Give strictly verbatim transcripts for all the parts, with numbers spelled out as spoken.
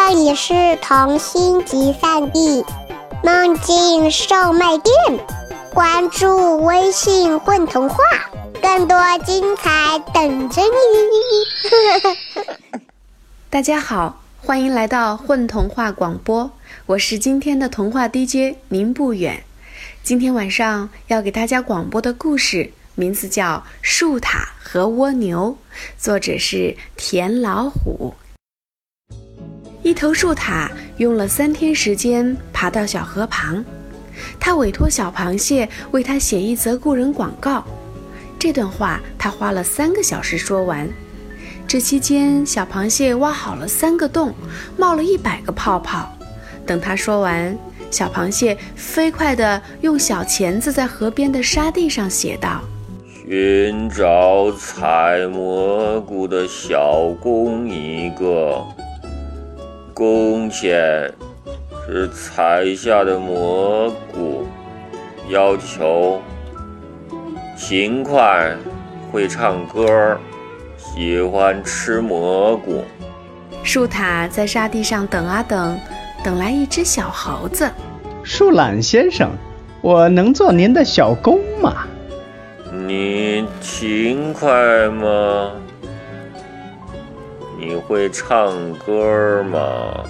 这里是童心集散地梦境售卖店，关注微信混童话，更多精彩等着你。 大家好，欢迎来到混童话广播，我是今天的童话 D J 宁不远。今天晚上要给大家广播的故事名字叫《树獭和蜗牛》，作者是田老虎。一头树獭用了三天时间爬到小河旁，他委托小螃蟹为他写一则雇人广告。这段话他花了三个小时说完。这期间，小螃蟹挖好了三个洞，冒了一百个泡泡。等他说完，小螃蟹飞快地用小钳子在河边的沙地上写道： 寻找采蘑菇的小工一个，工钱是采下的蘑菇，要求勤快，会唱歌，喜欢吃蘑菇。 树獭在沙地上等啊等，等来一只小猴子。 树懒先生，我能做您的小工吗？ 你勤快吗？你会唱歌吗？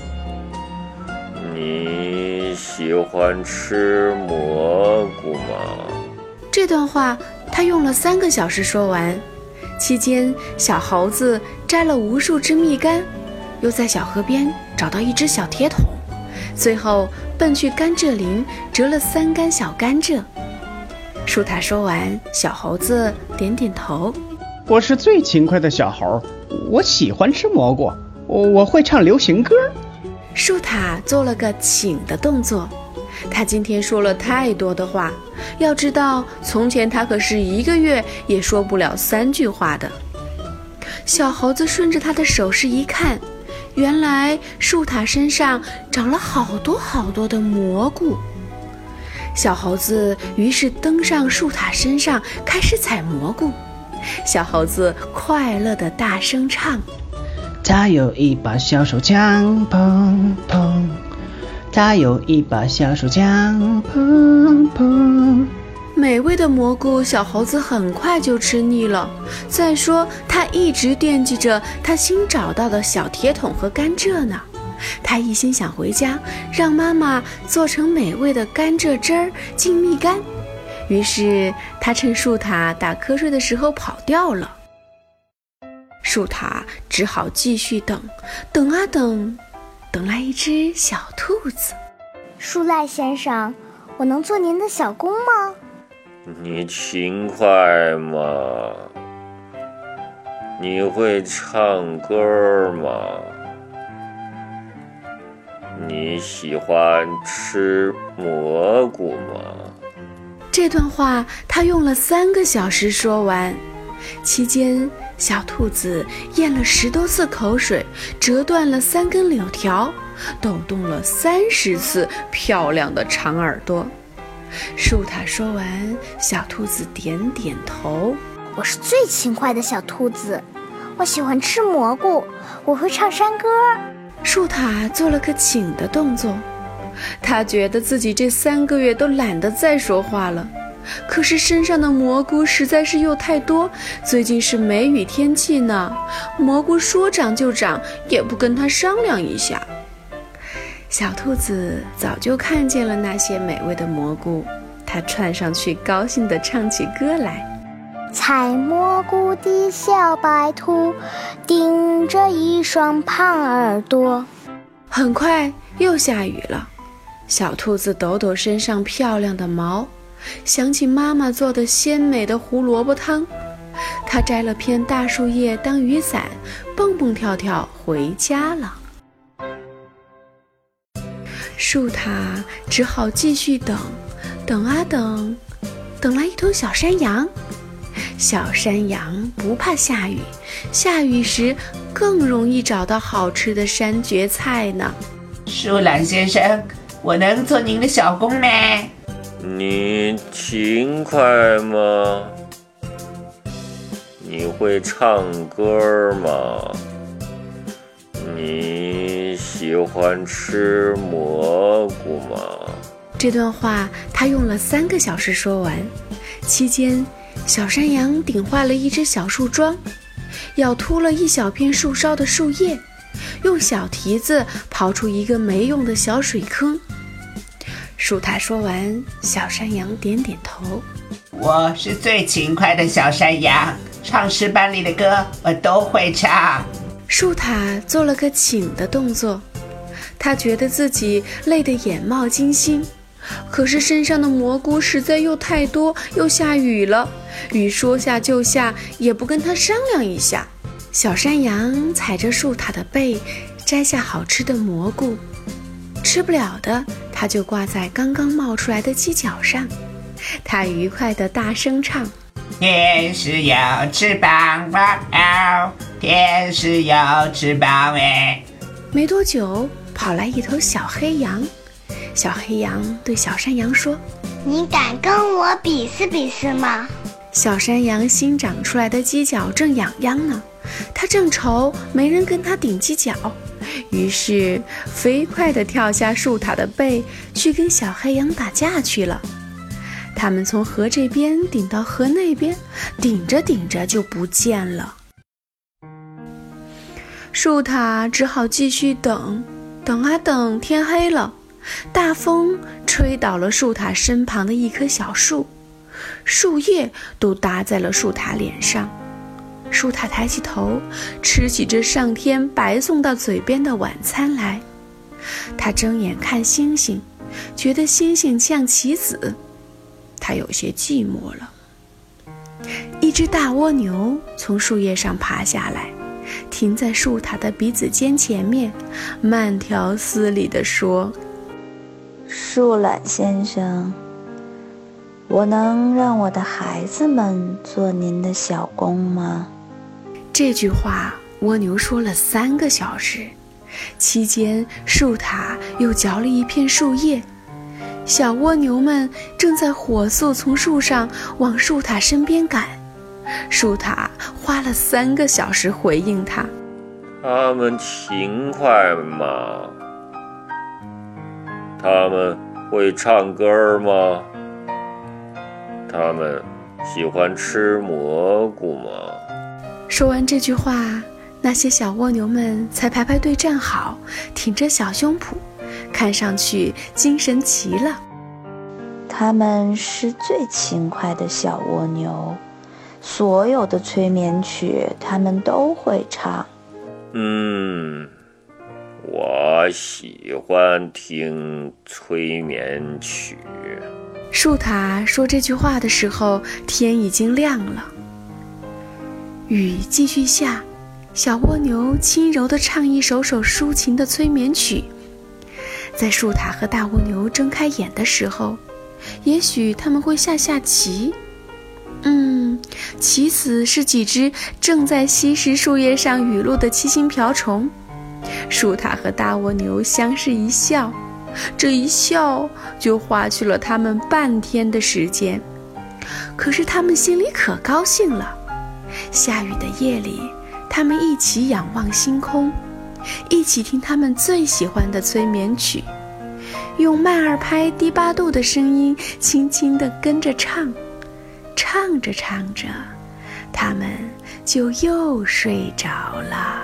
你喜欢吃蘑菇吗？ 这段话他用了三个小时说完，期间小猴子摘了无数只蜜柑，又在小河边找到一只小铁桶，最后奔去甘蔗林折了三杆小甘蔗。树獭说完，小猴子点点头。 我是最勤快的小猴，我喜欢吃蘑菇，我我会唱流行歌。 树獭做了个请的动作，他今天说了太多的话，要知道从前他可是一个月也说不了三句话的。小猴子顺着他的手势一看，原来树獭身上长了好多好多的蘑菇。小猴子于是登上树獭身上，开始采蘑菇。小猴子快乐地大声唱： 他有一把小手枪，砰砰，他有一把小手枪，砰砰。 美味的蘑菇，小猴子很快就吃腻了。再说，他一直惦记着他新找到的小铁桶和甘蔗呢。他一心想回家，让妈妈做成美味的甘蔗汁儿浸蜜柑。于是他趁树獭打瞌睡的时候跑掉了。树獭只好继续等，等啊等，等来一只小兔子。 树赖先生，我能做您的小工吗？ 你勤快吗？你会唱歌吗？你喜欢吃蘑菇吗？ 这段话他用了三个小时说完，期间小兔子咽了十多次口水，折断了三根柳条，抖动了三十次漂亮的长耳朵。树獭说完，小兔子点点头。 我是最勤快的小兔子，我喜欢吃蘑菇，我会唱山歌。 树獭做了个请的动作，他觉得自己这三个月都懒得再说话了。可是身上的蘑菇实在是又太多，最近是梅雨天气呢，蘑菇说长就长，也不跟他商量一下。小兔子早就看见了那些美味的蘑菇，它窜上去高兴地唱起歌来。 采蘑菇的小白兔，顶着一双胖耳朵。 很快又下雨了，小兔子抖抖身上漂亮的毛，想起妈妈做的鲜美的胡萝卜汤，它摘了片大树叶当雨伞，蹦蹦跳跳回家了。树獭只好继续等，等啊等，等来一头小山羊。小山羊不怕下雨，下雨时更容易找到好吃的山蕨菜呢。 树懒先生，我能做您的小工吗？ 你勤快吗？你会唱歌吗？你喜喜欢吃蘑菇吗？ 这段话他用了三个小时说完，期间小山羊顶坏了一只小树桩，咬秃了一小片树梢的树叶，用小蹄子刨出一个没用的小水坑。树塔说完，小山羊点点头。 我是最勤快的小山羊，唱诗班里的歌我都会唱。 树塔做了个请的动作，他觉得自己累得眼冒金星，可是身上的蘑菇实在又太多，又下雨了，雨说下就下，也不跟他商量一下。小山羊踩着树塔的背，摘下好吃的蘑菇，吃不了的他就挂在刚刚冒出来的犄角上。他愉快地大声唱： 天使有翅膀，哇哦！天使有翅膀哎！ 没多久，跑来一头小黑羊。小黑羊对小山羊说： 你敢跟我比试比试吗？ 小山羊新长出来的犄角正痒痒呢，他正愁没人跟他顶犄角，于是飞快地跳下树塔的背，去跟小黑羊打架去了。他们从河这边顶到河那边，顶着顶着就不见了。树塔只好继续等，等啊等，天黑了，大风吹倒了树塔身旁的一棵小树，树叶都搭在了树塔脸上。树塔抬起头，吃起这上天白送到嘴边的晚餐来。他睁眼看星星，觉得星星像棋子，他有些寂寞了。一只大蜗牛从树叶上爬下来，停在树塔的鼻子尖前面，慢条斯理地说： 树懒先生，我能让我的孩子们做您的小工吗？ 这句话蜗牛说了三个小时，期间树塔又嚼了一片树叶。小蜗牛们正在火速从树上往树塔身边赶，树塔花了三个小时回应他： 他们勤快吗？他们会唱歌吗？他们喜欢吃蘑菇吗？ 说完这句话，那些小蜗牛们才排排队站好，挺着小胸脯，看上去精神齐了。 他们是最勤快的小蜗牛，所有的催眠曲他们都会唱。 嗯，我喜欢听催眠曲。 树塔说这句话的时候，天已经亮了。雨继续下，小蜗牛轻柔地唱一首首抒情的催眠曲。在树塔和大蜗牛睁开眼的时候，也许他们会下下棋。嗯，棋子是几只正在吸食树叶上雨露的七星瓢虫。树塔和大蜗牛相视一笑，这一笑就花去了他们半天的时间。可是他们心里可高兴了。下雨的夜里，他们一起仰望星空，一起听他们最喜欢的催眠曲，用慢二拍低八度的声音轻轻地跟着唱。唱着唱着，他们就又睡着了。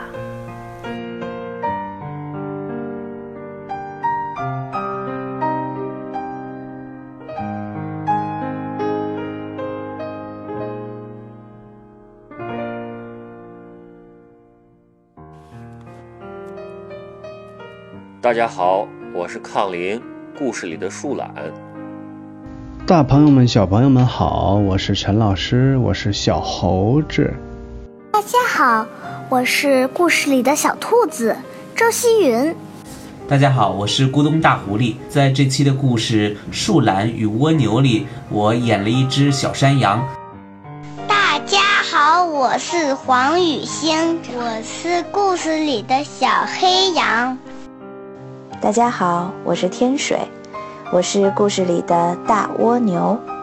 大家好，我是抗林，故事里的树懒。 大朋友们小朋友们好，我是陈老师，我是小猴子。 大家好，我是故事里的小兔子周希云。 大家好，我是咕咚大狐狸。在这期的故事《树懒与蜗牛》里，我演了一只小山羊。 大家好，我是黄雨欣，我是故事里的小黑羊。 大家好，我是天水，我是故事里的大蜗牛。